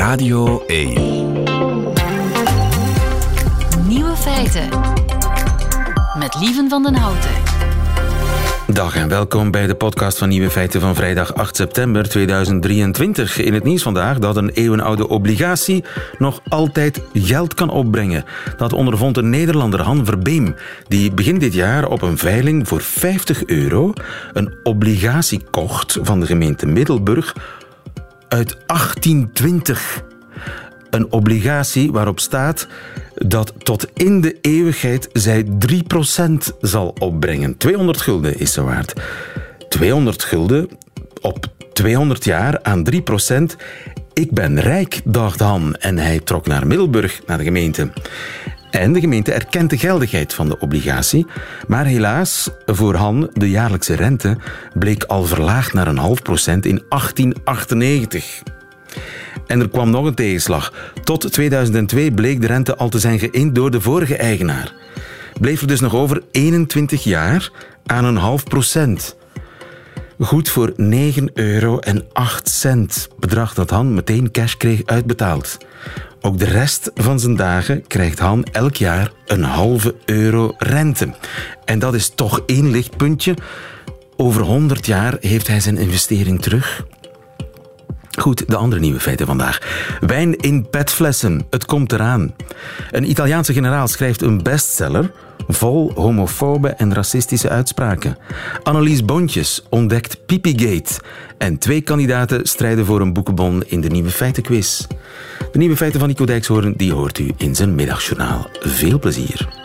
Radio 1. Nieuwe feiten. Met Lieven van den Houten. Dag en welkom bij de podcast van Nieuwe Feiten van vrijdag 8 september 2023. In het nieuws vandaag dat een eeuwenoude obligatie nog altijd geld kan opbrengen. Dat ondervond een Nederlander, Han Verbeem, die begin dit jaar op een veiling voor €50 een obligatie kocht van de gemeente Middelburg uit 1820. Een obligatie waarop staat dat tot in de eeuwigheid zij 3% zal opbrengen. 200 gulden is ze waard. 200 gulden op 200 jaar aan 3%. Ik ben rijk, dacht Han. En hij trok naar Middelburg, naar de gemeente. En de gemeente erkent de geldigheid van de obligatie. Maar helaas, voor Han, de jaarlijkse rente bleek al verlaagd naar 0,5% in 1898. En er kwam nog een tegenslag. Tot 2002 bleek de rente al te zijn geïnd door de vorige eigenaar. Bleef er dus nog over 21 jaar aan 0,5%. Goed voor €9,08. Bedrag dat Han meteen cash kreeg uitbetaald. Ook de rest van zijn dagen krijgt Han elk jaar €0,5 rente. En dat is toch één lichtpuntje. Over 100 jaar heeft hij zijn investering terug. Goed, de andere nieuwe feiten vandaag. Wijn in petflessen, het komt eraan. Een Italiaanse generaal schrijft een bestseller vol homofobe en racistische uitspraken. Annelies Bontjes ontdekt Pipigate. En 2 kandidaten strijden voor een boekenbon in de Nieuwe Feitenquiz. De nieuwe feiten van Nico Dijkshoorn, die hoort u in zijn middagjournaal. Veel plezier.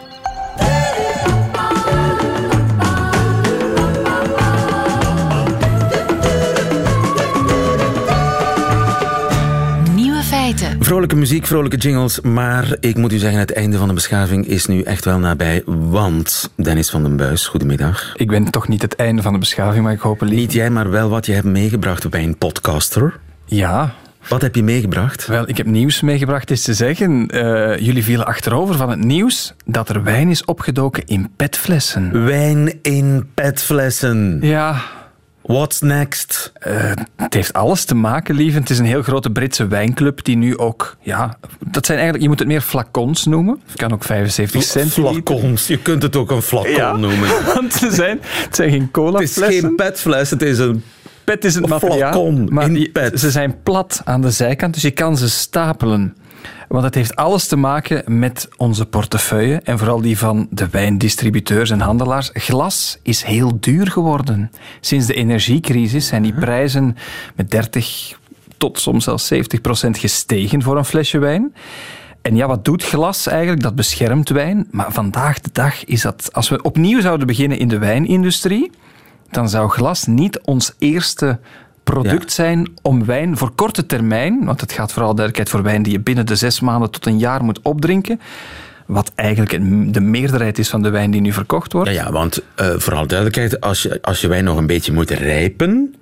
Vrolijke muziek, vrolijke jingles, maar ik moet u zeggen, het einde van de beschaving is nu echt wel nabij, want Dennis van den Buis, goedemiddag. Ik ben toch niet het einde van de beschaving, maar ik hoop het niet jij, maar wel wat je hebt meegebracht bij een podcaster. Ja. Wat heb je meegebracht? Wel, ik heb nieuws meegebracht, is te zeggen. Jullie vielen achterover van het nieuws dat er wijn is opgedoken in petflessen. Wijn in petflessen? Ja. What's next? Het heeft alles te maken, lieve. Het is een heel grote Britse wijnclub die nu ook... Ja, dat zijn eigenlijk... Je moet het meer flacons noemen. Het kan ook 75 centiliter. Flacons. Je kunt het ook een flacon noemen. Want het zijn geen colaflessen. Het is geen petfles, het is een... Pet is het materiaal, flacon maar in pet. Ze zijn plat aan de zijkant, dus je kan ze stapelen. Want het heeft alles te maken met onze portefeuille en vooral die van de wijndistributeurs en handelaars. Glas is heel duur geworden. Sinds de energiecrisis zijn die prijzen met 30 tot soms zelfs 70% gestegen voor een flesje wijn. En ja, wat doet glas eigenlijk? Dat beschermt wijn. Maar vandaag de dag is dat... Als we opnieuw zouden beginnen in de wijnindustrie, dan zou glas niet ons eerste product zijn om wijn voor korte termijn, want het gaat vooral duidelijkheid voor wijn die je binnen de 6 maanden tot een jaar moet opdrinken, wat eigenlijk de meerderheid is van de wijn die nu verkocht wordt. Ja, want vooral duidelijkheid, als je wijn nog een beetje moet rijpen,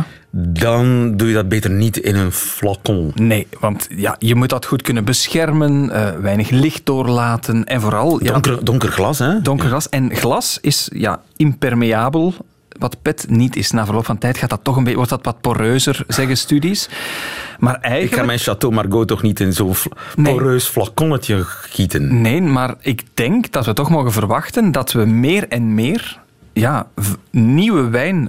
dan doe je dat beter niet in een flacon. Nee, want je moet dat goed kunnen beschermen, weinig licht doorlaten en vooral... Donker glas, hè? Donker glas. En glas is impermeabel. Wat pet niet is, na verloop van tijd gaat dat toch een beetje, wordt dat wat poreuzer, zeggen studies. Maar eigenlijk... Ik ga mijn Chateau Margaux toch niet in zo'n poreus flaconnetje gieten? Nee, maar ik denk dat we toch mogen verwachten dat we meer en meer nieuwe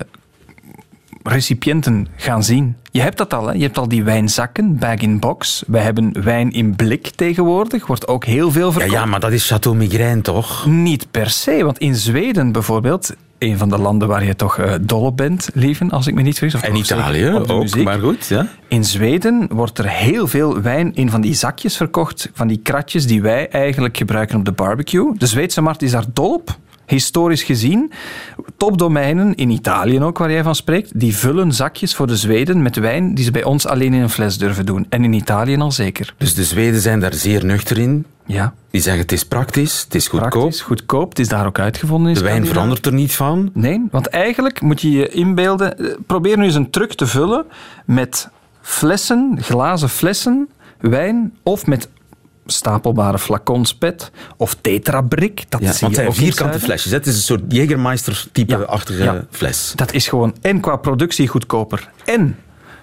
wijnrecipiënten gaan zien. Je hebt dat al, hè? Je hebt al die wijnzakken, bag-in-box. Wij hebben wijn in blik tegenwoordig, wordt ook heel veel verkocht. Ja, maar dat is Chateau Migraine, toch? Niet per se, want in Zweden bijvoorbeeld, een van de landen waar je toch dol op bent, lieven, als ik me niet vergis. En Italië ook, muziek. Maar goed. Ja. In Zweden wordt er heel veel wijn in van die zakjes verkocht, van die kratjes die wij eigenlijk gebruiken op de barbecue. De Zweedse markt is daar dol op. Historisch gezien, topdomeinen in Italië ook, waar jij van spreekt, die vullen zakjes voor de Zweden met wijn die ze bij ons alleen in een fles durven doen. En in Italië al zeker. Dus de Zweden zijn daar zeer nuchter in? Ja. Die zeggen het is praktisch, het is goedkoop. Praktisch, goedkoop, het is daar ook uitgevonden. De wijn verandert er niet van? Nee, want eigenlijk moet je je inbeelden... Probeer nu eens een truck te vullen met flessen, glazen flessen, wijn of met stapelbare flacons pet of tetrabrik. Dat zie want je het zijn vierkante flesjes. Het is een soort Jägermeister-type-achtige fles. Dat is gewoon en qua productie goedkoper en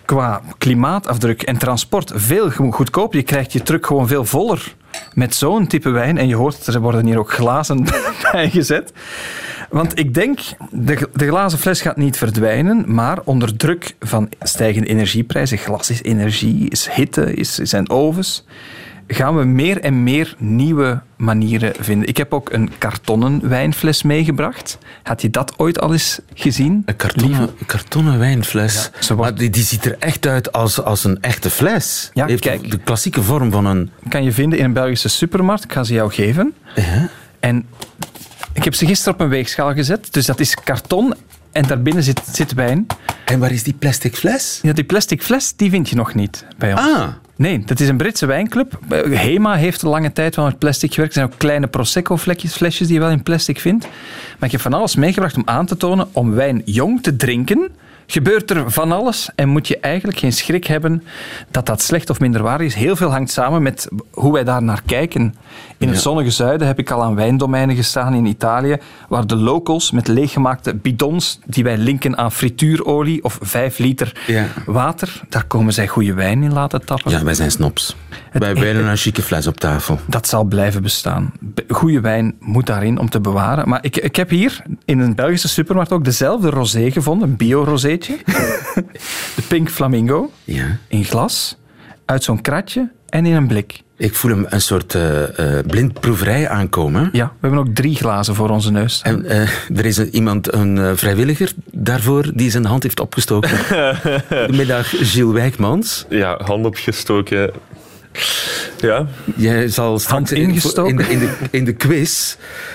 qua klimaatafdruk en transport veel goedkoper. Je krijgt je truck gewoon veel voller met zo'n type wijn. En je hoort, er worden hier ook glazen bij gezet. Want ik denk, de glazen fles gaat niet verdwijnen, maar onder druk van stijgende energieprijzen, glas is energie, is hitte, zijn ovens, gaan we meer en meer nieuwe manieren vinden. Ik heb ook een kartonnen wijnfles meegebracht. Had je dat ooit al eens gezien? Een kartonnen wijnfles. Ja, maar die ziet er echt uit als een echte fles. Ja, heeft kijk. De klassieke vorm van een... Kan je vinden in een Belgische supermarkt. Ik ga ze jou geven. En ik heb ze gisteren op een weegschaal gezet. Dus dat is karton en daarbinnen zit wijn. En waar is die plastic fles? Ja, die plastic fles die vind je nog niet bij ons. Ah. Nee, dat is een Britse wijnclub. Hema heeft een lange tijd wel met plastic gewerkt. Er zijn ook kleine Prosecco-flesjes die je wel in plastic vindt. Maar ik heb van alles meegebracht om aan te tonen, om wijn jong te drinken, gebeurt er van alles en moet je eigenlijk geen schrik hebben dat dat slecht of minderwaardig is. Heel veel hangt samen met hoe wij daar naar kijken. In het zonnige zuiden heb ik al aan wijndomeinen gestaan in Italië, waar de locals met leeggemaakte bidons, die wij linken aan frituurolie of 5 liter water, daar komen zij goede wijn in laten tappen. Ja, wij zijn snobs. Wij willen een chique fles op tafel. Dat zal blijven bestaan. Goede wijn moet daarin om te bewaren. Maar ik heb hier in een Belgische supermarkt ook dezelfde rosé gevonden, een bio-roséetje. De Pink Flamingo, in glas, uit zo'n kratje en in een blik. Ik voel een soort blindproeverij aankomen. Ja, we hebben ook 3 glazen voor onze neus. En er is een vrijwilliger daarvoor die zijn hand heeft opgestoken. Goedemiddag, Gilles Wijkmans. Ja, hand opgestoken. Ja. Jij zal straks in de quiz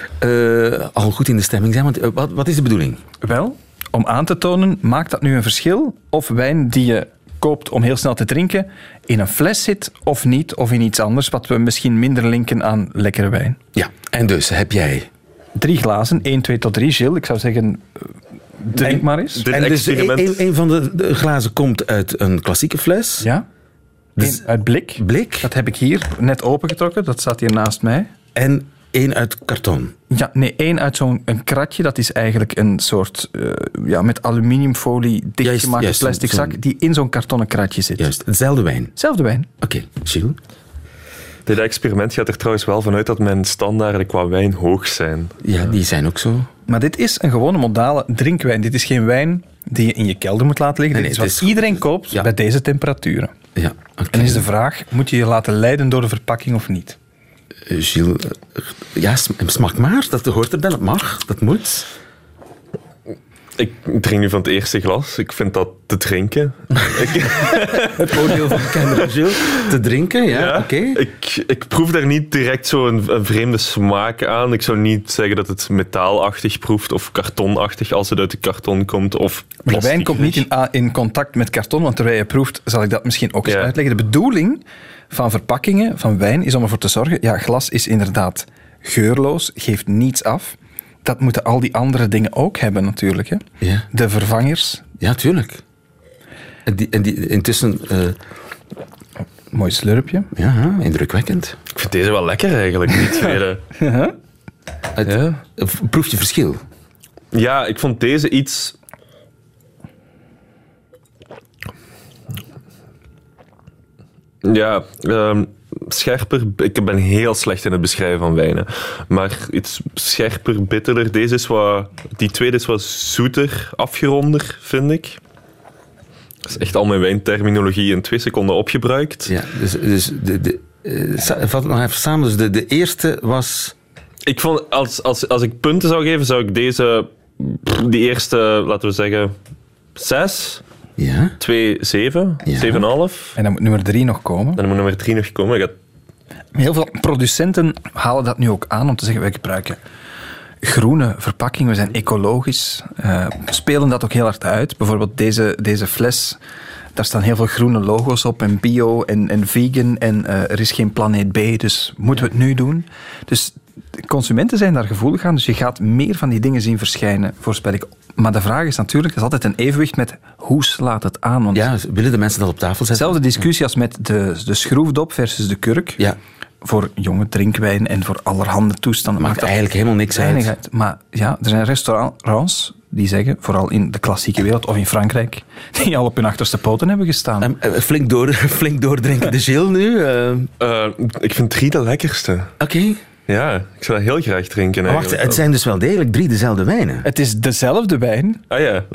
al goed in de stemming zijn. Want wat is de bedoeling? Wel, om aan te tonen, maakt dat nu een verschil of wijn die je koopt om heel snel te drinken in een fles zit of niet, of in iets anders, wat we misschien minder linken aan lekkere wijn. Ja, en dus heb jij... 3 glazen, 1, 2 tot 3, Gilles. Ik zou zeggen, drink maar eens. En dus een van de glazen komt uit een klassieke fles. Ja. Dus uit blik. Dat heb ik hier net opengetrokken. Dat staat hier naast mij. En 1 uit karton. Ja, nee, 1 uit zo'n kratje. Dat is eigenlijk een soort met aluminiumfolie dichtgemaakte plastic zak die in zo'n kartonnen kratje zit. Juist, hetzelfde wijn. Hetzelfde wijn. Oké, Gilles? Dit experiment gaat er trouwens wel vanuit dat mijn standaarden qua wijn hoog zijn. Ja, die zijn ook zo. Maar dit is een gewone modale drinkwijn. Dit is geen wijn die je in je kelder moet laten liggen. Dit is wat iedereen koopt bij deze temperaturen. Ja, okay. En is de vraag, moet je je laten leiden door de verpakking of niet? Gilles, ja, smak maar. Dat hoort erbij. Dat mag. Dat moet. Ik drink nu van het eerste glas. Ik vind dat te drinken. Het oordeel van bekende Gilles. Te drinken, ja. Oké. Ik proef daar niet direct zo een vreemde smaak aan. Ik zou niet zeggen dat het metaalachtig proeft of kartonachtig als het uit de karton komt. Of maar de wijn komt niet in contact met karton, want terwijl je proeft, zal ik dat misschien ook eens uitleggen. De bedoeling van verpakkingen van wijn is om ervoor te zorgen, ja, glas is inderdaad geurloos, geeft niets af. Dat moeten al die andere dingen ook hebben natuurlijk. Hè? Ja. De vervangers. Ja, tuurlijk. En die intussen... Mooi slurpje. Ja, indrukwekkend. Ik vind deze wel lekker eigenlijk, die tweede. Proef je verschil? Ja, ik vond deze iets... Ja, scherper. Ik ben heel slecht in het beschrijven van wijnen. Maar iets scherper, bitterder. Die tweede is wat zoeter, afgeronder, vind ik. Dat is echt al mijn wijnterminologie in 2 seconden opgebruikt. Ja, dus vat het nog even samen. Dus de eerste was... Ik vond, als ik punten zou geven, zou ik die eerste, laten we zeggen, 6... Ja. 2, 7, 7,5. En dan moet nummer 3 nog komen. Dan moet nummer 3 nog komen. Heel veel producenten halen dat nu ook aan om te zeggen, wij gebruiken groene verpakking, we zijn ecologisch. Spelen dat ook heel hard uit. Bijvoorbeeld deze fles, daar staan heel veel groene logo's op en bio en vegan en er is geen planeet B, dus moeten we het nu doen? Dus consumenten zijn daar gevoelig aan, dus je gaat meer van die dingen zien verschijnen, voorspel ik. Maar de vraag is natuurlijk, dat is altijd een evenwicht met hoe slaat het aan? Want ja, willen de mensen dat op tafel zetten? Zelfde discussie als met de schroefdop versus de kurk. Ja. Voor jonge drinkwijn en voor allerhande toestanden. Maakt eigenlijk helemaal niks uit. Maar ja, er zijn restaurants die zeggen, vooral in de klassieke wereld of in Frankrijk, die al op hun achterste poten hebben gestaan. Flink doordrinken de Gilles nu? Ik vind 3 de lekkerste. Oké. Ja, ik zou dat heel graag drinken. Wacht, het zijn dus wel degelijk 3 dezelfde wijnen. Het is dezelfde wijn. Ah ja.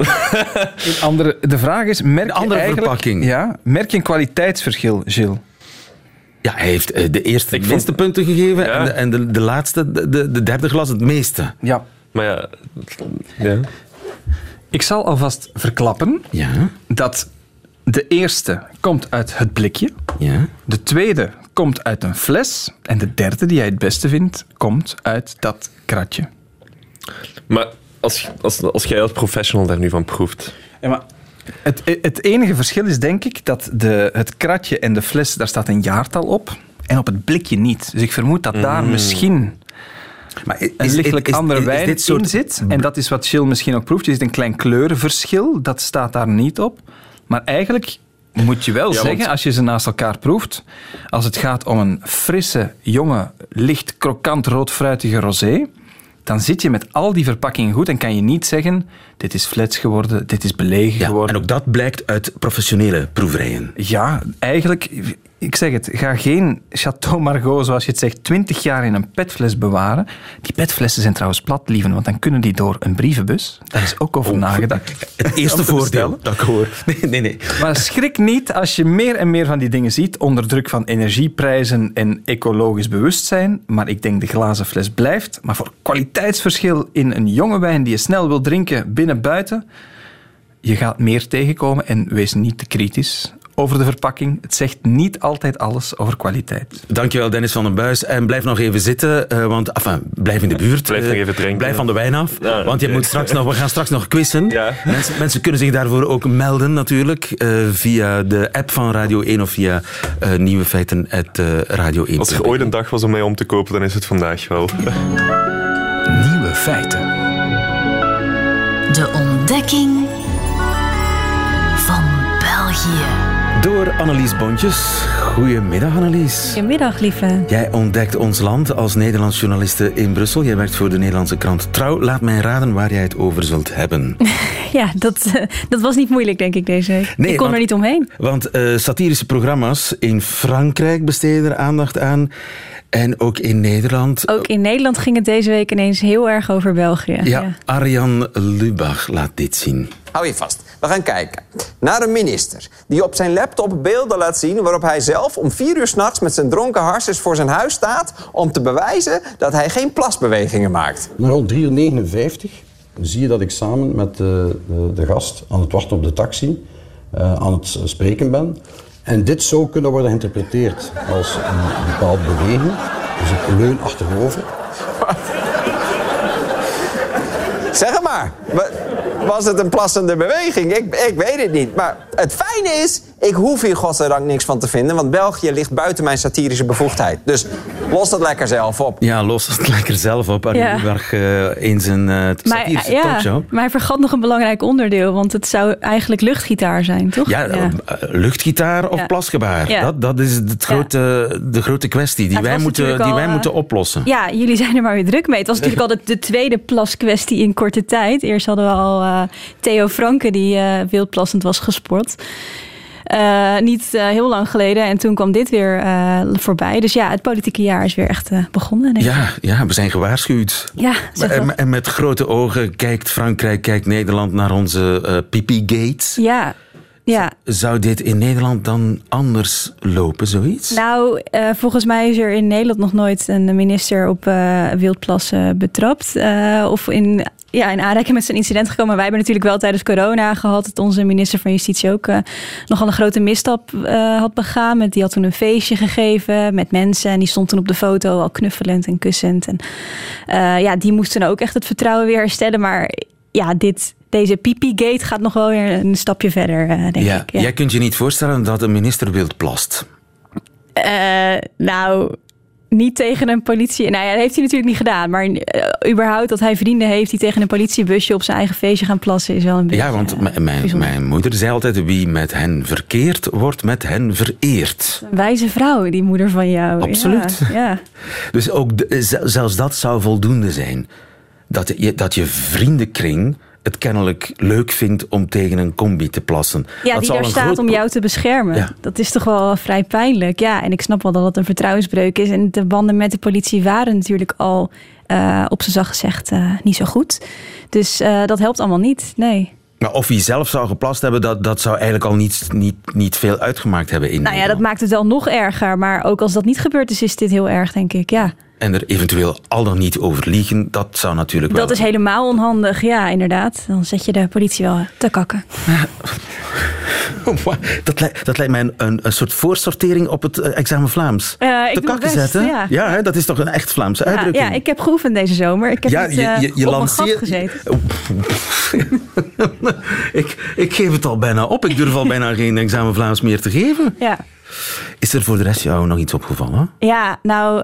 De vraag is, verpakking. Ja, merk je een kwaliteitsverschil, Gilles? Ja, hij heeft de eerste de minste punten gegeven Ja. en de laatste, de derde glas, het meeste. Ja. Maar ja. Ik zal alvast verklappen Ja, dat de eerste komt uit het blikje, ja. de tweede komt uit een fles en de derde, die jij het beste vindt, komt uit dat kratje. Maar als jij als professional daar nu van proeft... Ja, maar het enige verschil is, denk ik, dat het kratje en de fles, daar staat een jaartal op en op het blikje niet. Dus ik vermoed dat daar misschien Maar een lichtelijk andere wijn dit soort... in zit. En dat is wat Gilles misschien ook proeft. Er zit een klein kleurenverschil, dat staat daar niet op. Maar eigenlijk moet je wel zeggen, als je ze naast elkaar proeft, als het gaat om een frisse, jonge, licht krokant roodfruitige rosé, dan zit je met al die verpakkingen goed en kan je niet zeggen, dit is flets geworden, dit is belegen geworden. En ook dat blijkt uit professionele proeverijen. Ja, eigenlijk, ik zeg het, ga geen Chateau Margaux, zoals je het zegt, 20 jaar in een petfles bewaren. Die petflessen zijn trouwens plat, lieven, want dan kunnen die door een brievenbus. Daar is ook over nagedacht. Het eerste voordeel dat ik hoor. Nee. Maar schrik niet als je meer en meer van die dingen ziet, onder druk van energieprijzen en ecologisch bewustzijn. Maar ik denk de glazen fles blijft. Maar voor kwaliteitsverschil in een jonge wijn die je snel wil drinken binnen-buiten, je gaat meer tegenkomen en wees niet te kritisch over de verpakking. Het zegt niet altijd alles over kwaliteit. Dankjewel, Dennis van den Buis. En blijf nog even zitten, want blijf in de buurt. Blijf nog even drinken. Blijf van de wijn af, Ja, want we gaan straks nog quizzen. Ja. Mensen kunnen zich daarvoor ook melden natuurlijk, via de app van Radio 1 of via nieuwefeiten@radio 1. Als er ooit een dag was om mij om te kopen, dan is het vandaag wel. Nieuwe feiten. De ontdekking van België. Door Annelies Bontjes. Goedemiddag, Annelies. Goedemiddag, lieve. Jij ontdekt ons land als Nederlands journaliste in Brussel. Jij werkt voor de Nederlandse krant Trouw. Laat mij raden waar jij het over zult hebben. Ja, dat was niet moeilijk, denk ik, deze week. Nee, ik kon er niet omheen. Want satirische programma's in Frankrijk besteden er aandacht aan. En ook in Nederland. Ook in Nederland ging het deze week ineens heel erg over België. Ja, Arjan Lubach laat dit zien. Hou je vast. We gaan kijken naar een minister die op zijn laptop beelden laat zien waarop hij zelf om 4 uur 's nachts met zijn dronken harses voor zijn huis staat om te bewijzen dat hij geen plasbewegingen maakt. Maar rond 3:59 zie je dat ik samen met de gast aan het wachten op de taxi aan het spreken ben. En dit zou kunnen worden geïnterpreteerd als een bepaalde beweging. Dus ik leun achterover. Zeg het maar. Was het een plassende beweging? Ik weet het niet. Maar het fijne is, ik hoef hier godzijdank niks van te vinden, want België ligt buiten mijn satirische bevoegdheid. Dus los dat lekker zelf op. Ja, los het lekker zelf op. Arjan Lubach in zijn satirische talkshow. Maar hij vergat nog een belangrijk onderdeel, want het zou eigenlijk luchtgitaar zijn, toch? Ja, luchtgitaar of plasgebaar. Ja. Dat is de grote kwestie die wij moeten oplossen. Ja, jullie zijn er maar weer druk mee. Het was natuurlijk al de tweede plaskwestie in korte tijd. Eerst hadden we al Theo Franke, die wildplassend was gespot. Niet heel lang geleden. En toen kwam dit weer voorbij. Dus ja, het politieke jaar is weer echt begonnen. Denk ik. Ja, we zijn gewaarschuwd. Ja, en met grote ogen kijkt Frankrijk, kijkt Nederland naar onze Pipi-gates. Ja. Ja. Zou dit in Nederland dan anders lopen, zoiets? Nou, volgens mij is er in Nederland nog nooit een minister op wildplassen betrapt. Of in aanraking met zo'n incident gekomen. Wij hebben natuurlijk wel tijdens corona gehad dat onze minister van Justitie ook nogal een grote misstap had begaan. Die had toen een feestje gegeven met mensen en die stond toen op de foto al knuffelend en kussend. En die moesten ook echt het vertrouwen weer herstellen. Maar ja, deze Pipi-gate gaat nog wel weer een stapje verder, denk ik. Ja. Jij kunt je niet voorstellen dat een minister wildplast? Nou, niet tegen een politie... Nou ja, dat heeft hij natuurlijk niet gedaan. Maar überhaupt dat hij vrienden heeft die tegen een politiebusje op zijn eigen feestje gaan plassen is wel een beetje... Ja, want mijn moeder zei altijd, wie met hen verkeert, wordt met hen vereerd. Een wijze vrouw, die moeder van jou. Absoluut. Ja. Dus ook zelfs dat zou voldoende zijn. Dat je vriendenkring het kennelijk leuk vindt om tegen een combi te plassen. Ja, dat die daar staat om jou te beschermen. Ja. Dat is toch wel vrij pijnlijk. Ja, en ik snap wel dat het een vertrouwensbreuk is. En de banden met de politie waren natuurlijk al op z'n zacht gezegd niet zo goed. Dus dat helpt allemaal niet, nee. Maar of hij zelf zou geplast hebben, dat zou eigenlijk al niet veel uitgemaakt hebben in Nou ja, dat maakt het wel nog erger. Maar ook als dat niet gebeurd is dit heel erg, denk ik, ja. En er eventueel al dan niet over liegen, dat zou natuurlijk wel... Dat is helemaal onhandig, ja, inderdaad. Dan zet je de politie wel te kakken. Dat lijkt mij een soort voorsortering op het examen Vlaams. Te kakken zetten? Ja, hè, dat is toch een echt Vlaamse uitdrukking? Ja, ik heb geoefend deze zomer. Ik heb je op mijn gat gezeten. Ik geef het al bijna op. Ik durf al bijna geen examen Vlaams meer te geven. Ja. Is er voor de rest jou nog iets opgevallen? Ja, nou...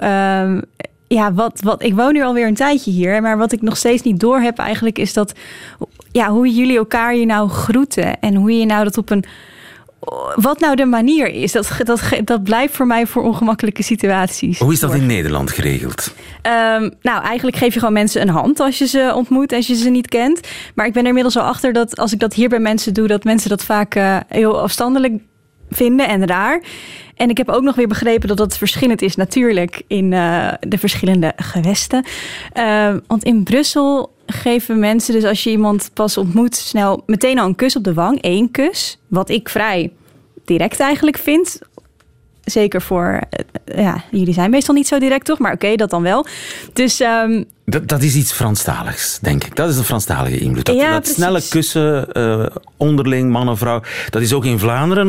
ik woon nu alweer een tijdje hier. Maar wat ik nog steeds niet door heb eigenlijk is dat... Ja, hoe jullie elkaar hier nou groeten. En hoe je nou dat op een... Wat nou de manier is. Dat blijft voor mij voor ongemakkelijke situaties. Hoe is dat in Nederland geregeld? Nou, eigenlijk geef je gewoon mensen een hand als je ze ontmoet, als je ze niet kent. Maar ik ben er inmiddels al achter dat als ik dat hier bij mensen doe, dat mensen dat vaak heel afstandelijk vinden en raar. En ik heb ook nog weer begrepen dat dat verschillend is natuurlijk in de verschillende gewesten. Want in Brussel geven mensen, dus als je iemand pas ontmoet, snel meteen al een kus op de wang. 1 kus. Wat ik vrij direct eigenlijk vind. Zeker voor... jullie zijn meestal niet zo direct, toch? Maar oké, dat dan wel. Dus... Dat is iets Franstaligs, denk ik. Dat is de Franstalige invloed. Dat snelle kussen, onderling, man of vrouw, dat is ook in Vlaanderen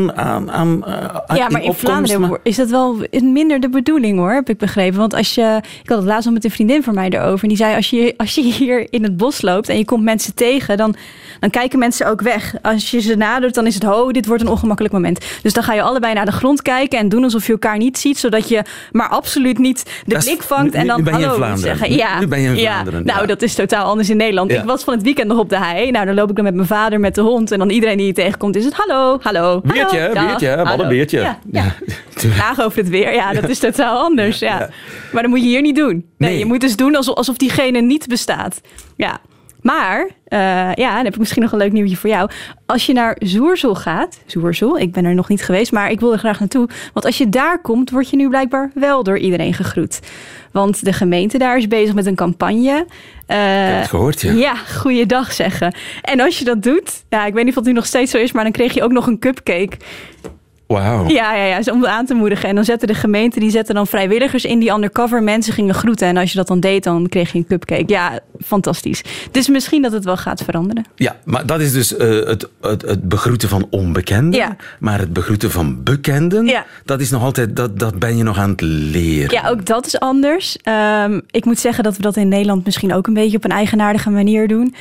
ja, maar in Vlaanderen is dat wel minder de bedoeling, hoor, heb ik begrepen. Want ik had het laatst al met een vriendin van mij erover. En die zei, als je hier in het bos loopt en je komt mensen tegen, dan kijken mensen ook weg. Als je ze nadert, dan is het, dit wordt een ongemakkelijk moment. Dus dan ga je allebei naar de grond kijken en doen alsof je elkaar niet ziet, zodat je maar absoluut niet de blik vangt en dan hallo moet zeggen. Ja. Nu ben je in Vlaanderen. Nou, dat is totaal anders in Nederland. Ja. Ik was van het weekend nog op de hei. Nou, dan loop ik dan met mijn vader, met de hond. En dan iedereen die je tegenkomt is het hallo. Beertje, wat een beertje. Ja. Klagen over het weer. Ja, dat is totaal anders. Ja. Maar dat moet je hier niet doen. Nee. Je moet dus doen alsof diegene niet bestaat. Ja. Maar, dan heb ik misschien nog een leuk nieuwtje voor jou. Als je naar Zoersel gaat... Zoersel, ik ben er nog niet geweest, maar ik wil er graag naartoe. Want als je daar komt, word je nu blijkbaar wel door iedereen gegroet. Want de gemeente daar is bezig met een campagne. Ik heb het gehoord, ja. Ja, goeiedag zeggen. En als je dat doet... Ja, ik weet niet of het nu nog steeds zo is, maar dan kreeg je ook nog een cupcake. Wauw. Ja, om het aan te moedigen. En dan zette de gemeente dan vrijwilligers in die undercover mensen gingen groeten. En als je dat dan deed, dan kreeg je een cupcake. Ja, fantastisch. Dus misschien dat het wel gaat veranderen. Ja, maar dat is dus het begroeten van onbekenden. Ja. Maar het begroeten van bekenden, dat is nog altijd, dat ben je nog aan het leren. Ja, ook dat is anders. Ik moet zeggen dat we dat in Nederland misschien ook een beetje op een eigenaardige manier doen.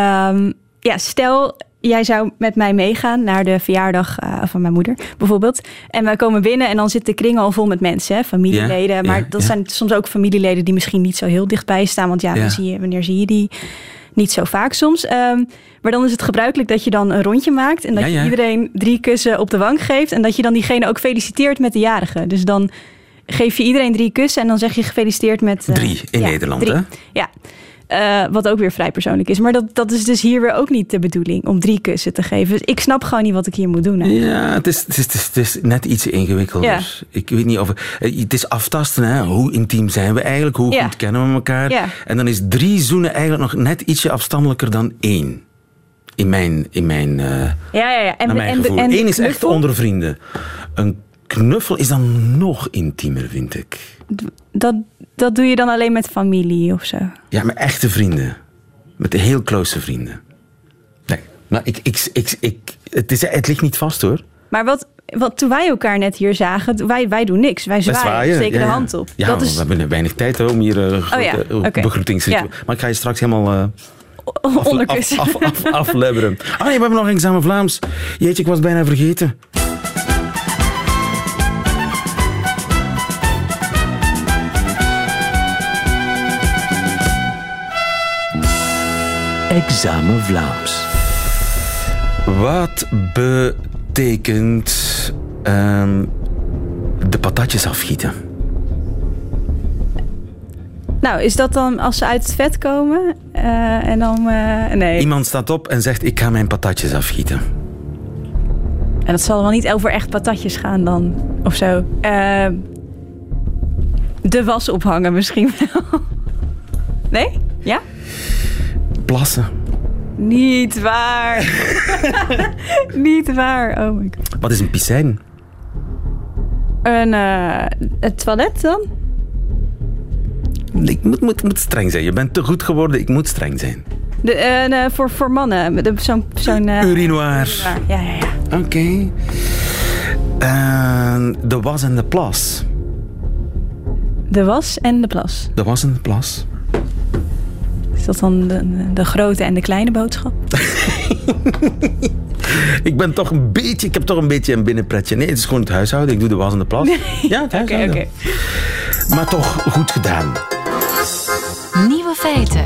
Stel... Jij zou met mij meegaan naar de verjaardag van mijn moeder, bijvoorbeeld. En wij komen binnen en dan zit de kring al vol met mensen, hè, familieleden. Maar dat zijn soms ook familieleden die misschien niet zo heel dichtbij staan. Want wanneer zie je die? Niet zo vaak soms. Maar dan is het gebruikelijk dat je dan een rondje maakt. En dat je iedereen 3 kussen op de wang geeft. En dat je dan diegene ook feliciteert met de jarige. Dus dan geef je iedereen 3 kussen en dan zeg je gefeliciteerd met... 3 in Nederland, 3. Hè? Ja. Wat ook weer vrij persoonlijk is. Maar dat is dus hier weer ook niet de bedoeling om 3 kussen te geven. Dus ik snap gewoon niet wat ik hier moet doen. Hè. Ja, het is net iets ingewikkelder. Ja. Ik weet niet of... Het is aftasten, hè. Hoe intiem zijn we eigenlijk? Hoe goed kennen we elkaar? Ja. En dan is 3 zoenen eigenlijk nog net ietsje afstandelijker dan 1. In mijn gevoel. 1 is echt onder vrienden. Een knuffel is dan nog intiemer, vind ik. Dat doe je dan alleen met familie of zo? Ja, met echte vrienden. Met de heel close vrienden. Nee, maar het ligt niet vast, hoor. Maar wat toen wij elkaar net hier zagen, wij doen niks. Wij zwaaien, steken de hand op. Ja, we hebben weinig tijd om hier begroetingsritueel. Maar ik ga je straks helemaal... onderkussen. Aflebberen. We hebben nog examen Vlaams. Jeetje, ik was bijna vergeten. Examen Vlaams. Wat betekent de patatjes afgieten? Nou, is dat dan als ze uit het vet komen en dan... nee. Iemand staat op en zegt, ik ga mijn patatjes afgieten. En dat zal wel niet over echt patatjes gaan dan, of zo. De was ophangen misschien wel. Nee? Ja? Plassen. Niet waar. Niet waar. Oh my god. Wat is een piscijn? Het toilet dan? Ik moet streng zijn. Je bent te goed geworden, ik moet streng zijn. Voor mannen. Zo'n urinoir. Ja. Oké. De was en de plas. De was en de plas. De was en de plas. Is dat dan de grote en de kleine boodschap? Ik heb toch een beetje een binnenpretje. Nee, het is gewoon het huishouden. Ik doe de was en de plas. Nee. Ja, het huishouden. Okay. Maar toch goed gedaan. Nieuwe feiten.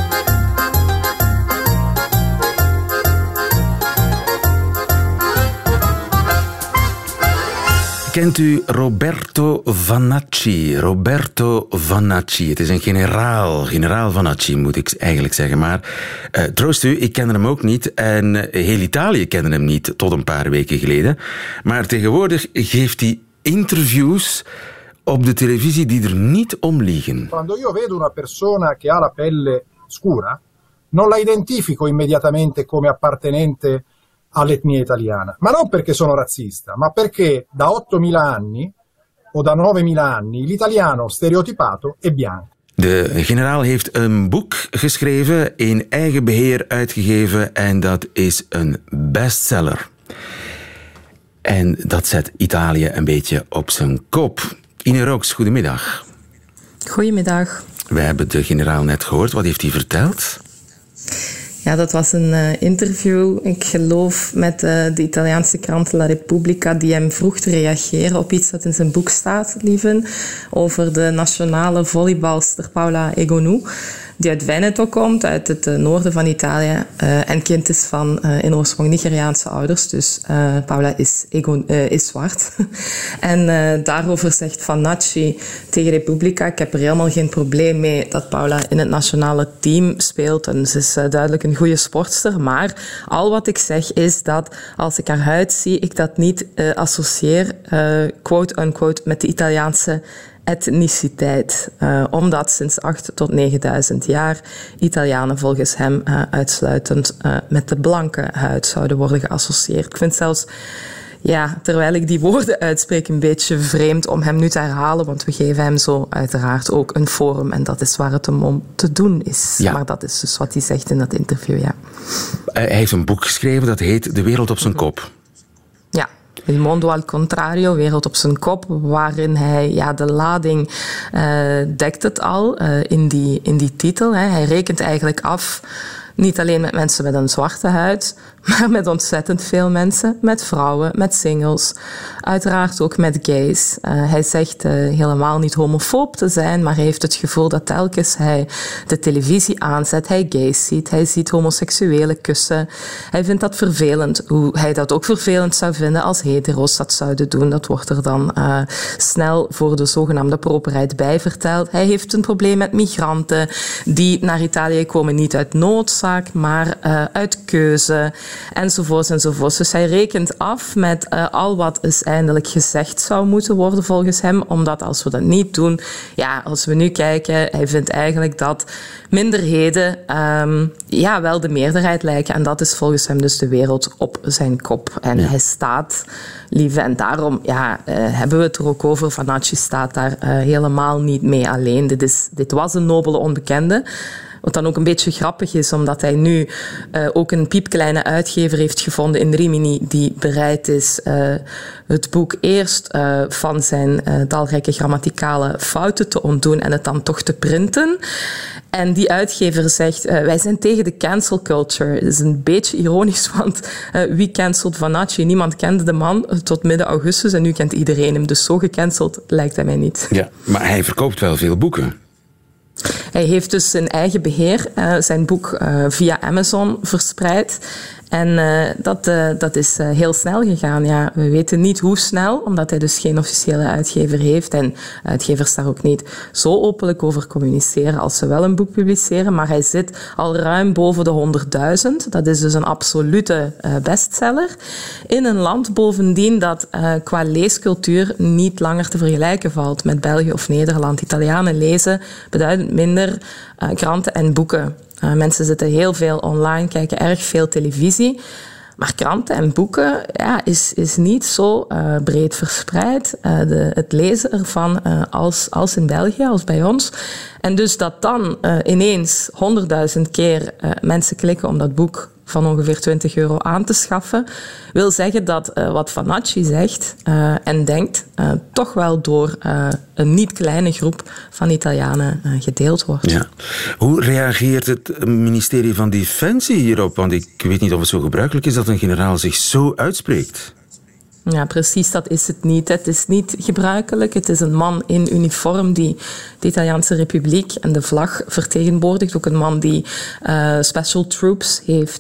Kent u Roberto Vanacci? Roberto Vanacci. Het is een generaal Vanacci, moet ik eigenlijk zeggen. Maar troost u, ik kende hem ook niet. En heel Italië kende hem niet tot een paar weken geleden. Maar tegenwoordig geeft hij interviews op de televisie die er niet om liegen. Quando io vedo una persona che ha la pelle scura, non la identifico immediatamente come appartenente all'etnia italiana, ma non perché sono razzista, ma perché da 8.000 anni o da 9.000 anni l'italiano stereotipato è bianco. De generaal heeft een boek geschreven, in eigen beheer uitgegeven en dat is een bestseller. En dat zet Italië een beetje op zijn kop. Ine Rooks, goedemiddag. Goedemiddag. We hebben de generaal net gehoord. Wat heeft hij verteld? Ja, dat was een interview, ik geloof, met de Italiaanse krant La Repubblica, die hem vroeg te reageren op iets dat in zijn boek staat, lieven, over de nationale volleybalster Paola Egonu, die uit Veneto komt, uit het noorden van Italië, en kind is van in oorsprong Nigeriaanse ouders. Dus Paola is zwart. En daarover zegt Vanacci tegen Repubblica, ik heb er helemaal geen probleem mee dat Paola in het nationale team speelt. En ze is duidelijk een goede sportster. Maar al wat ik zeg is dat als ik haar huid zie, ik dat niet associeer, quote-unquote, met de Italiaanse etniciteit. Omdat sinds 8.000 tot 9.000 jaar Italianen volgens hem uitsluitend met de blanke huid zouden worden geassocieerd. Ik vind zelfs, ja, terwijl ik die woorden uitspreek, een beetje vreemd om hem nu te herhalen, want we geven hem zo uiteraard ook een forum en dat is waar het hem om te doen is. Ja. Maar dat is dus wat hij zegt in dat interview, ja. Hij heeft een boek geschreven dat heet De wereld op zijn kop. Ja. Il mondo al contrario, wereld op zijn kop, waarin hij, ja, de lading dekt het al in die titel. Hè. Hij rekent eigenlijk af, niet alleen met mensen met een zwarte huid, maar met ontzettend veel mensen, met vrouwen, met singles, uiteraard ook met gays. Hij zegt helemaal niet homofoob te zijn, maar hij heeft het gevoel dat telkens hij de televisie aanzet, hij gays ziet, hij ziet homoseksuelen kussen. Hij vindt dat vervelend, hoe hij dat ook vervelend zou vinden als hetero's dat zouden doen. Dat wordt er dan snel voor de zogenaamde properheid bij verteld. Hij heeft een probleem met migranten die naar Italië komen, niet uit noodzaak, maar uit keuze. Enzovoorts, enzovoorts. Dus hij rekent af met al wat is eindelijk gezegd zou moeten worden volgens hem. Omdat als we dat niet doen, ja, als we nu kijken, hij vindt eigenlijk dat minderheden wel de meerderheid lijken. En dat is volgens hem dus de wereld op zijn kop. En hij staat, lieve, en daarom hebben we het er ook over. Vanacci staat daar helemaal niet mee alleen. Dit was een nobele onbekende. Wat dan ook een beetje grappig is, omdat hij nu ook een piepkleine uitgever heeft gevonden in Rimini die bereid is het boek eerst van zijn talrijke grammaticale fouten te ontdoen en het dan toch te printen. En die uitgever zegt, wij zijn tegen de cancel culture. Het is een beetje ironisch, want wie cancelt Vanacci? Niemand kende de man tot midden augustus en nu kent iedereen hem. Dus zo gecanceld lijkt hij mij niet. Ja, maar hij verkoopt wel veel boeken. Hij heeft dus in eigen beheer zijn boek via Amazon verspreid. En dat is heel snel gegaan. Ja, we weten niet hoe snel, omdat hij dus geen officiële uitgever heeft. En uitgevers daar ook niet zo openlijk over communiceren als ze wel een boek publiceren. Maar hij zit al ruim boven de 100.000. Dat is dus een absolute bestseller. In een land bovendien dat qua leescultuur niet langer te vergelijken valt met België of Nederland. Italianen lezen beduidend minder kranten en boeken. Mensen zitten heel veel online, kijken erg veel televisie. Maar kranten en boeken is niet zo breed verspreid. Het lezen ervan als in België, als bij ons. En dus dat dan ineens 100.000 keer mensen klikken om dat boek van ongeveer €20 aan te schaffen, wil zeggen dat wat Vanacci zegt en denkt toch wel door een niet kleine groep van Italianen gedeeld wordt. Ja. Hoe reageert het ministerie van Defensie hierop? Want ik weet niet of het zo gebruikelijk is dat een generaal zich zo uitspreekt. Ja, precies, dat is het niet. Het is niet gebruikelijk. Het is een man in uniform die de Italiaanse Republiek en de vlag vertegenwoordigt. Ook een man die special troops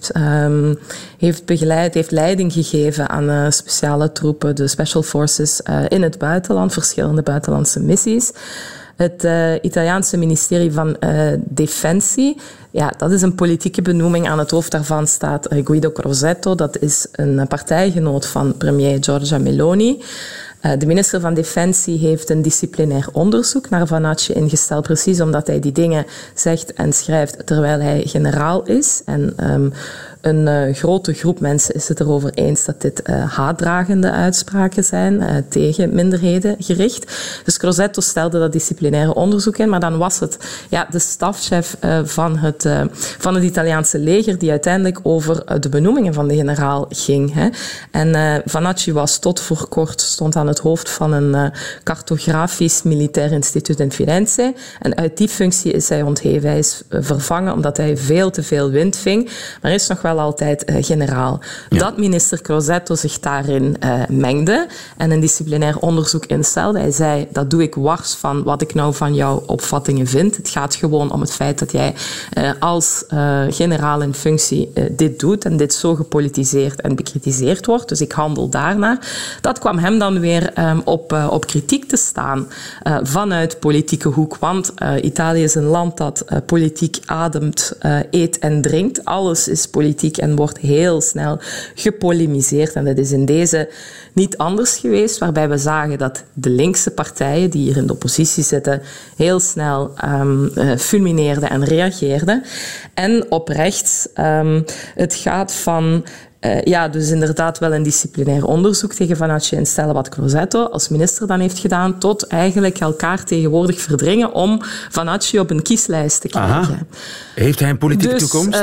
heeft begeleid, heeft leiding gegeven aan speciale troepen, de special forces in het buitenland, verschillende buitenlandse missies. Het Italiaanse ministerie van Defensie, ja, dat is een politieke benoeming. Aan het hoofd daarvan staat Guido Crosetto. Dat is een partijgenoot van premier Giorgia Meloni. De minister van Defensie heeft een disciplinair onderzoek naar Vanacci ingesteld, precies omdat hij die dingen zegt en schrijft terwijl hij generaal is. En een grote groep mensen is het erover eens dat dit haatdragende uitspraken zijn, tegen minderheden gericht. Dus Crosetto stelde dat disciplinaire onderzoek in, maar dan was het de stafchef van het Italiaanse leger die uiteindelijk over de benoemingen van de generaal ging. Hè. En Vanacci was tot voor kort, stond aan het hoofd van een cartografisch militair instituut in Firenze. En uit die functie is hij ontheven. Hij is vervangen omdat hij veel te veel wind ving. Maar hij is nog wel altijd generaal. Ja. Dat minister Crosetto zich daarin mengde en een disciplinair onderzoek instelde. Hij zei, dat doe ik wars van wat ik nou van jouw opvattingen vind. Het gaat gewoon om het feit dat jij als generaal in functie dit doet en dit zo gepolitiseerd en bekritiseerd wordt. Dus ik handel daarnaar. Dat kwam hem dan weer op kritiek te staan vanuit politieke hoek. Want Italië is een land dat politiek ademt, eet en drinkt. Alles is politiek en wordt heel snel gepolemiseerd. En dat is in deze niet anders geweest, waarbij we zagen dat de linkse partijen die hier in de oppositie zitten heel snel fulmineerden en reageerden. En op rechts, het gaat van dus inderdaad wel een disciplinair onderzoek tegen Vanacci instellen, wat Crosetto als minister dan heeft gedaan, tot eigenlijk elkaar tegenwoordig verdringen om Vanacci op een kieslijst te krijgen. Aha. Heeft hij een politieke toekomst?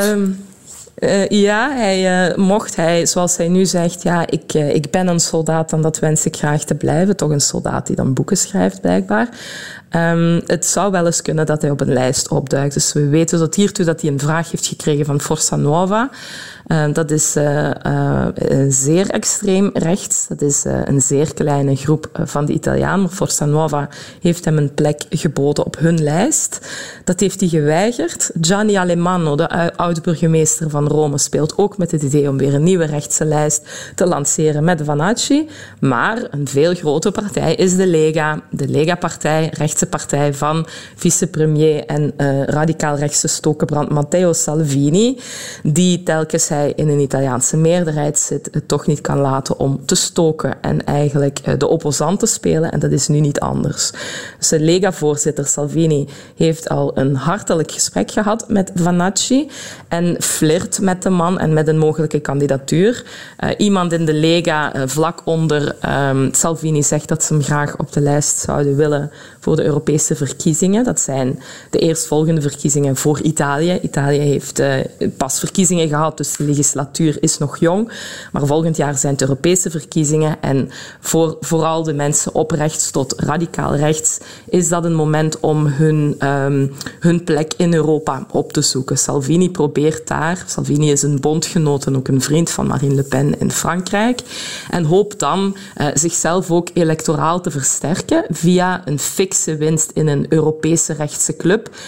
Hij, zoals hij nu zegt, ik ben een soldaat en dat wens ik graag te blijven. Toch een soldaat die dan boeken schrijft, blijkbaar. Het zou wel eens kunnen dat hij op een lijst opduikt. Dus we weten tot hiertoe dat hij een vraag heeft gekregen van Forza Nuova. Dat is zeer extreem rechts. Dat is een zeer kleine groep van de Italianen. Maar Forza Nuova heeft hem een plek geboden op hun lijst. Dat heeft hij geweigerd. Gianni Alemanno, de oud-burgemeester van Rome, speelt ook met het idee om weer een nieuwe rechtse lijst te lanceren met Vanacci. Maar een veel grotere partij is de Lega. De Lega-partij, rechtse partij van vicepremier en radicaal-rechtse stokenbrand Matteo Salvini, die telkens hij in een Italiaanse meerderheid zit, het toch niet kan laten om te stoken en eigenlijk de opposant te spelen. En dat is nu niet anders. Dus de Lega-voorzitter Salvini heeft al een hartelijk gesprek gehad met Vanacci en flirt met de man en met een mogelijke kandidatuur. Iemand in de Lega vlak onder Salvini zegt dat ze hem graag op de lijst zouden willen voor de Europese verkiezingen. Dat zijn de eerstvolgende verkiezingen voor Italië. Italië heeft pas verkiezingen gehad, dus de legislatuur is nog jong. Maar volgend jaar zijn het Europese verkiezingen. En voor vooral de mensen op rechts tot radicaal rechts is dat een moment om hun plek in Europa op te zoeken. Salvini probeert daar. Salvini is een bondgenoot en ook een vriend van Marine Le Pen in Frankrijk. En hoopt dan zichzelf ook electoraal te versterken via een fikse winst in een Europese rechtse club.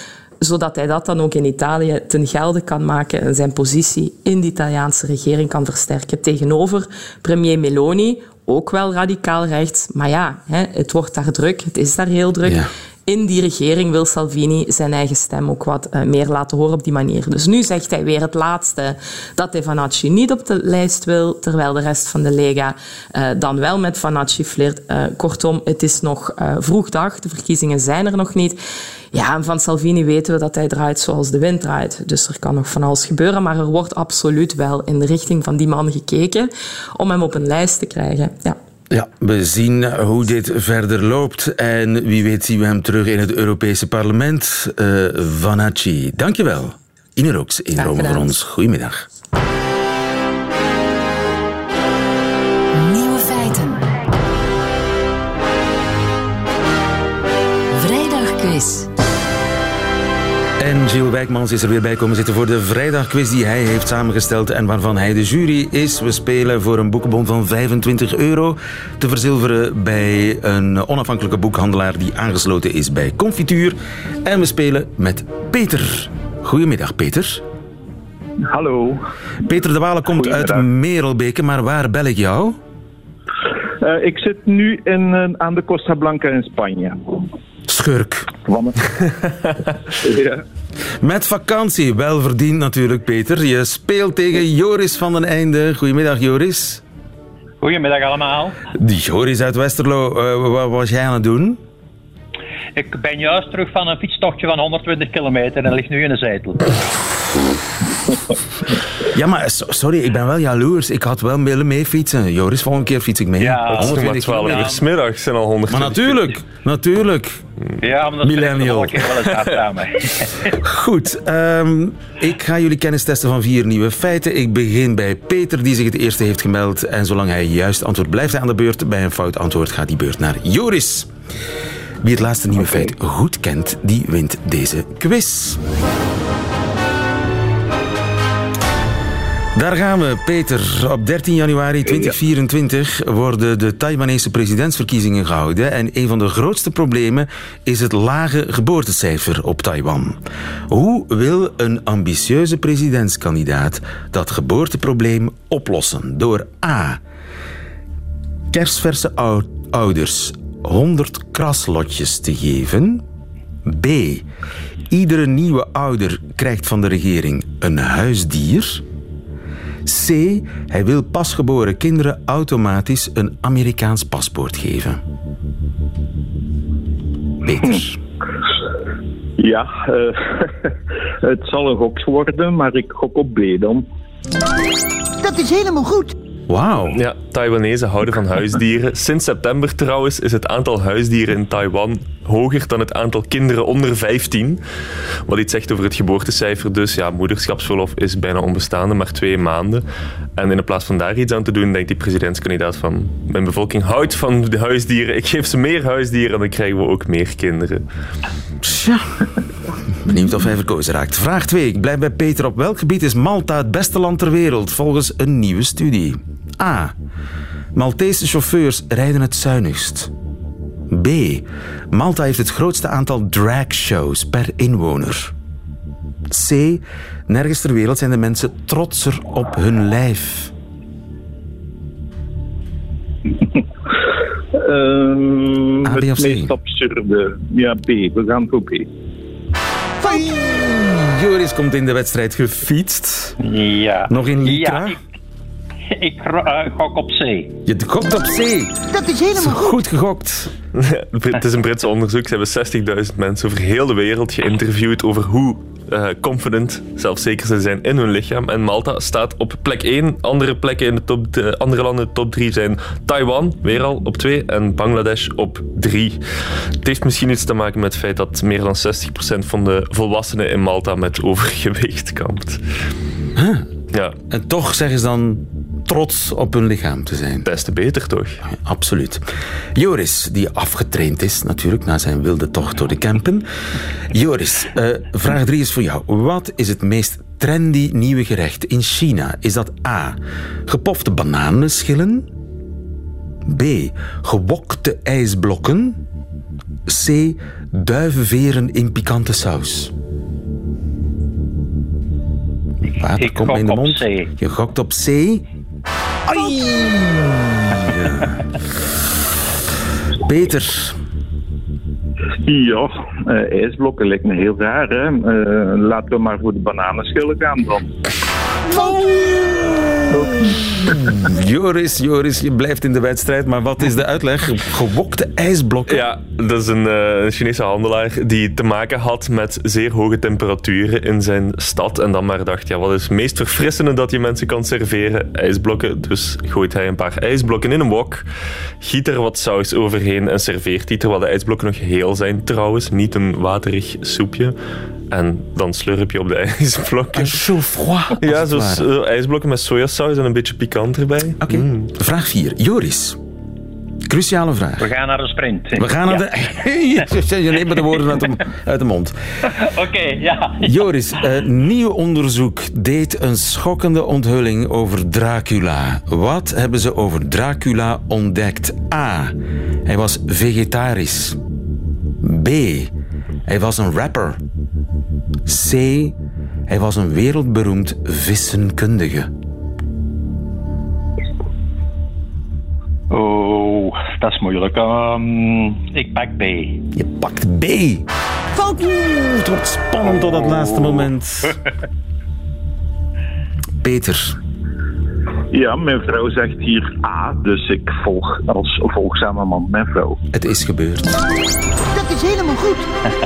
zodat hij dat dan ook in Italië ten gelde kan maken en zijn positie in de Italiaanse regering kan versterken. Tegenover premier Meloni, ook wel radicaal rechts, maar ja, het wordt daar druk, het is daar heel druk. Ja. In die regering wil Salvini zijn eigen stem ook wat meer laten horen op die manier. Dus nu zegt hij weer het laatste, dat hij Vanacci niet op de lijst wil, terwijl de rest van de Lega dan wel met Vanacci flirt. Kortom, het is nog vroegdag, de verkiezingen zijn er nog niet. Ja, en van Salvini weten we dat hij draait zoals de wind draait. Dus er kan nog van alles gebeuren, maar er wordt absoluut wel in de richting van die man gekeken om hem op een lijst te krijgen. Ja. Ja, we zien hoe dit verder loopt. En wie weet zien we hem terug in het Europese parlement. Vanacci, dankjewel. Ine Rooks in Rome voor ons. Goedemiddag. Nieuwe feiten. Vrijdagquiz. En Gilles Wijkmans is er weer bij komen zitten voor de vrijdagquiz die hij heeft samengesteld en waarvan hij de jury is. We spelen voor een boekenbon van €25 te verzilveren bij een onafhankelijke boekhandelaar die aangesloten is bij Confituur. En we spelen met Peter. Goedemiddag, Peter. Hallo. Peter de Walen komt uit Merelbeke, maar waar bel ik jou? Ik zit nu aan de Costa Blanca in Spanje. Schurk. Ja. Met vakantie, wel verdiend natuurlijk, Peter. Je speelt tegen Joris van den Einde. Goedemiddag, Joris. Goedemiddag allemaal. Die Joris uit Westerlo, wat was jij aan het doen? Ik ben juist terug van een fietstochtje van 120 kilometer en lig nu in een zetel. Ja, maar sorry, ik ben wel jaloers. Ik had wel willen mee fietsen. Joris, volgende keer fiets ik mee. Ja, het is maar 12 uur 's middags zijn al 100. Maar natuurlijk. Ja, maar dat Millennial. een keer wel eens hard samen. Goed, ik ga jullie kennis testen van 4 nieuwe feiten. Ik begin bij Peter, die zich het eerste heeft gemeld. En zolang hij juist antwoordt, blijft hij aan de beurt. Bij een fout antwoord gaat die beurt naar Joris. Wie het laatste nieuwe feit goed kent, die wint deze quiz. Daar gaan we, Peter. Op 13 januari 2024 worden de Taiwanese presidentsverkiezingen gehouden. En een van de grootste problemen is het lage geboortecijfer op Taiwan. Hoe wil een ambitieuze presidentskandidaat dat geboorteprobleem oplossen? Door A. Kersverse ouders 100 kraslotjes te geven. B. Iedere nieuwe ouder krijgt van de regering een huisdier. C. Hij wil pasgeboren kinderen automatisch een Amerikaans paspoort geven. Peter. Ja, het zal een gok worden, maar ik gok op B dan. Dat is helemaal goed. Wauw. Ja, Taiwanese houden van huisdieren. Sinds september trouwens is het aantal huisdieren in Taiwan hoger dan het aantal kinderen onder 15. Wat iets zegt over het geboortecijfer. Dus ja, moederschapsverlof is bijna onbestaande, maar 2 maanden. En in plaats van daar iets aan te doen, denkt die presidentskandidaat van... Mijn bevolking houdt van de huisdieren. Ik geef ze meer huisdieren en dan krijgen we ook meer kinderen. Tja. Benieuwd of hij verkozen raakt. Vraag 2. Ik blijf bij Peter. Op welk gebied is Malta het beste land ter wereld volgens een nieuwe studie? A. Maltese chauffeurs rijden het zuinigst. B. Malta heeft het grootste aantal dragshows per inwoner. C. Nergens ter wereld zijn de mensen trotser op hun lijf. A, B of C? Het meest absurde. Ja, B. We gaan voor B. Joris komt in de wedstrijd gefietst. Ja. Nog in Lycra? Ja, ik gok op C. Je gokt op C. Dat is helemaal goed gegokt. Het is een Britse onderzoek. Ze hebben 60.000 mensen over heel de wereld geïnterviewd over hoe confident, zelfzeker ze zijn in hun lichaam. En Malta staat op plek 1. Andere plekken in de andere landen in de top 3 zijn Taiwan, weer al op 2, en Bangladesh op 3. Het heeft misschien iets te maken met het feit dat meer dan 60% van de volwassenen in Malta met overgewicht kampt. Huh. Ja. En toch zeggen ze dan trots op hun lichaam te zijn. Des te beter, toch? Ja, absoluut. Joris, die afgetraind is natuurlijk na zijn wilde tocht door de Kempen. Joris, vraag 3 is voor jou. Wat is het meest trendy nieuwe gerecht in China? Is dat A. Gepofte bananenschillen? B. Gewokte ijsblokken? C. Duivenveren in pikante saus? Water komt me in de mond. Je gokt op C. Ai! Ja. Peter. Ja, ijsblokken lijkt me heel raar, hè. Laten we maar voor de bananenschillen gaan dan. Joris, je blijft in de wedstrijd, maar wat is de uitleg? Gewokte ijsblokken? Ja, dat is een Chinese handelaar die te maken had met zeer hoge temperaturen in zijn stad en dan maar dacht, wat is het meest verfrissende dat je mensen kan serveren? IJsblokken. Dus gooit hij een paar ijsblokken in een wok, giet er wat saus overheen en serveert die, terwijl de ijsblokken nog heel zijn trouwens, niet een waterig soepje. En dan slurp je op de ijsblokken. Chaud-froid. Ja, zo ijsblokken met sojasaus en een beetje pikant erbij. Oké. Vraag 4. Joris. Cruciale vraag. We gaan naar de sprint. We gaan naar de... Je neemt de woorden uit de mond. Oké, ja. Joris, nieuw onderzoek deed een schokkende onthulling over Dracula. Wat hebben ze over Dracula ontdekt? A. Hij was vegetarisch. B. Hij was een rapper. C. Hij was een wereldberoemd vissenkundige. Oh, dat is moeilijk. Ik pak B. Je pakt B. Fout! Het wordt spannend tot het laatste moment. Peter. Ja, mijn vrouw zegt hier A, dus ik volg als volgzame man mijn vrouw. Het is gebeurd. Dat is helemaal goed.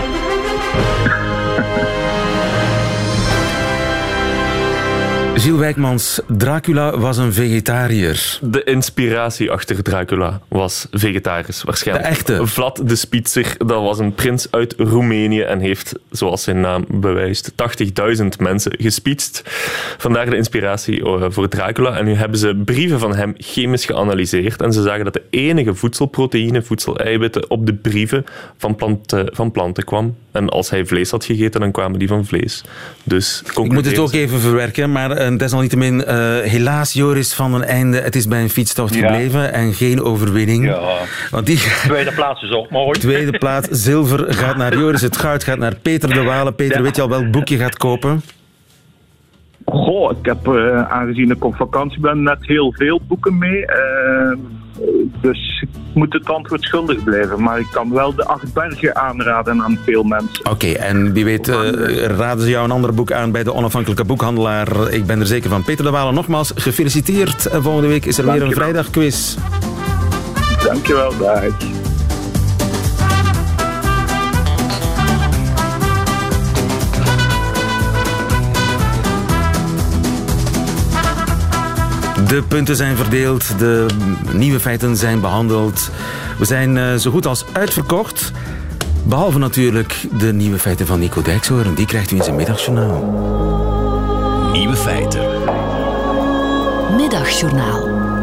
Gilles Wijkmans, Dracula was een vegetariër. De inspiratie achter Dracula was vegetarisch, waarschijnlijk. De echte? Vlad de Spitzer, dat was een prins uit Roemenië en heeft, zoals zijn naam bewijst, 80.000 mensen gespietst. Vandaar de inspiratie voor Dracula. En nu hebben ze brieven van hem chemisch geanalyseerd en ze zagen dat de enige voedselproteïne, voedseleiwitten, op de brieven van planten kwam. En als hij vlees had gegeten, dan kwamen die van vlees. Dus ik moet het ook even verwerken, maar desalniettemin, helaas Joris van den Einde, het is bij een fietstocht gebleven en geen overwinning. Ja. Want die Tweede plaats is ook mooi. Tweede plaats, zilver gaat naar Joris, het goud gaat naar Peter de Walen. Peter, weet je al welk boek je gaat kopen? Goh, ik heb, aangezien ik op vakantie ben, net heel veel boeken mee. Dus ik moet het antwoord schuldig blijven. Maar ik kan wel de 8 bergen aanraden aan veel mensen. Oké, en wie weet raden ze jou een ander boek aan bij de onafhankelijke boekhandelaar. Ik ben er zeker van. Peter de Walen, nogmaals gefeliciteerd. En volgende week is er weer een vrijdagquiz. Dankjewel, dag. De punten zijn verdeeld, de nieuwe feiten zijn behandeld. We zijn zo goed als uitverkocht. Behalve natuurlijk de nieuwe feiten van Nico Dijkshoorn. Die krijgt u in zijn middagjournaal. Nieuwe feiten. Middagjournaal.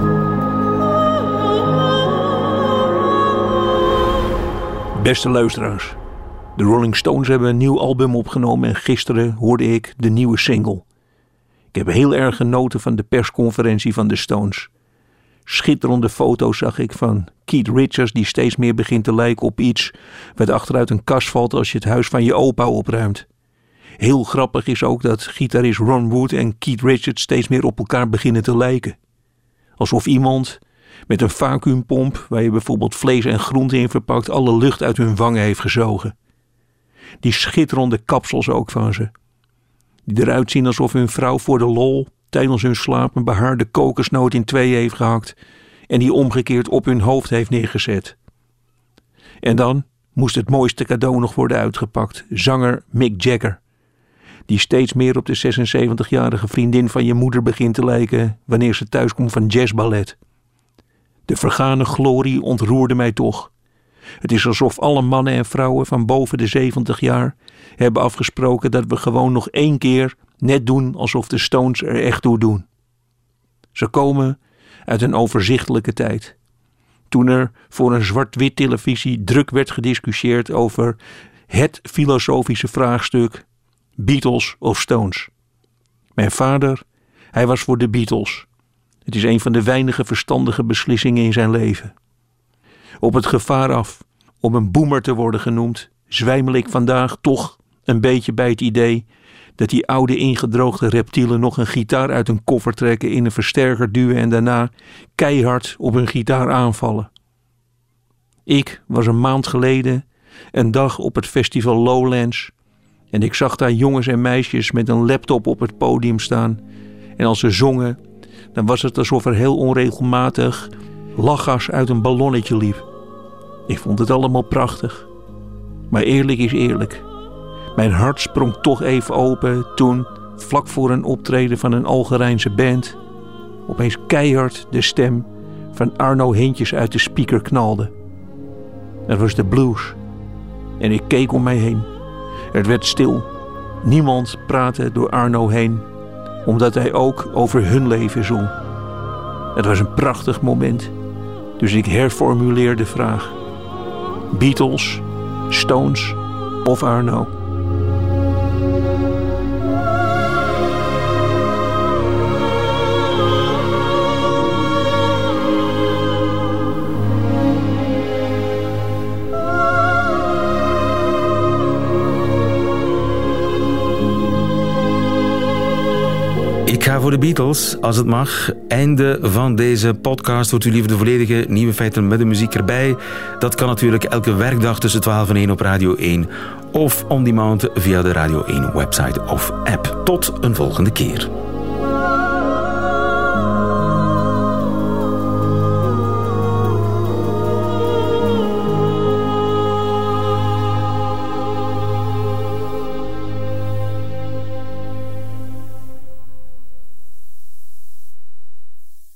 Beste luisteraars. De Rolling Stones hebben een nieuw album opgenomen en gisteren hoorde ik de nieuwe single. Ik heb heel erg genoten van de persconferentie van de Stones. Schitterende foto's zag ik van Keith Richards die steeds meer begint te lijken op iets wat achteruit een kast valt als je het huis van je opa opruimt. Heel grappig is ook dat gitarist Ron Wood en Keith Richards steeds meer op elkaar beginnen te lijken. Alsof iemand met een vacuümpomp, waar je bijvoorbeeld vlees en groenten in verpakt, alle lucht uit hun wangen heeft gezogen. Die schitterende kapsels ook van ze. Die eruit zien alsof hun vrouw voor de lol tijdens hun slaap een behaarde kokosnoot in tweeën heeft gehakt en die omgekeerd op hun hoofd heeft neergezet. En dan moest het mooiste cadeau nog worden uitgepakt, zanger Mick Jagger, die steeds meer op de 76-jarige vriendin van je moeder begint te lijken wanneer ze thuiskomt van jazzballet. De vergane glorie ontroerde mij toch. Het is alsof alle mannen en vrouwen van boven de 70 jaar hebben afgesproken dat we gewoon nog 1 keer net doen alsof de Stones er echt toe doen. Ze komen uit een overzichtelijke tijd. Toen er voor een zwart-wit televisie druk werd gediscussieerd over het filosofische vraagstuk Beatles of Stones. Mijn vader, hij was voor de Beatles. Het is een van de weinige verstandige beslissingen in zijn leven. Op het gevaar af om een boomer te worden genoemd, zwijmel ik vandaag toch een beetje bij het idee Dat die oude ingedroogde reptielen nog een gitaar uit een koffer trekken, in een versterker duwen en daarna keihard op hun gitaar aanvallen. Ik was een maand geleden een dag op het festival Lowlands en ik zag daar jongens en meisjes met een laptop op het podium staan. En als ze zongen, dan was het alsof er heel onregelmatig lachgas uit een ballonnetje liep. Ik vond het allemaal prachtig. Maar eerlijk is eerlijk. Mijn hart sprong toch even open toen, vlak voor een optreden van een Algerijnse band, opeens keihard de stem van Arno Hintjes uit de speaker knalde. Het was de blues. En ik keek om mij heen. Het werd stil. Niemand praatte door Arno heen, omdat hij ook over hun leven zong. Het was een prachtig moment. Dus ik herformuleer de vraag. Beatles, Stones of Arno? Ik ga voor de Beatles, als het mag. Einde van deze podcast. Hoort u liever de volledige Nieuwe Feiten met de muziek erbij? Dat kan natuurlijk elke werkdag tussen 12 en 1 op Radio 1. Of on demand via de Radio 1 website of app. Tot een volgende keer.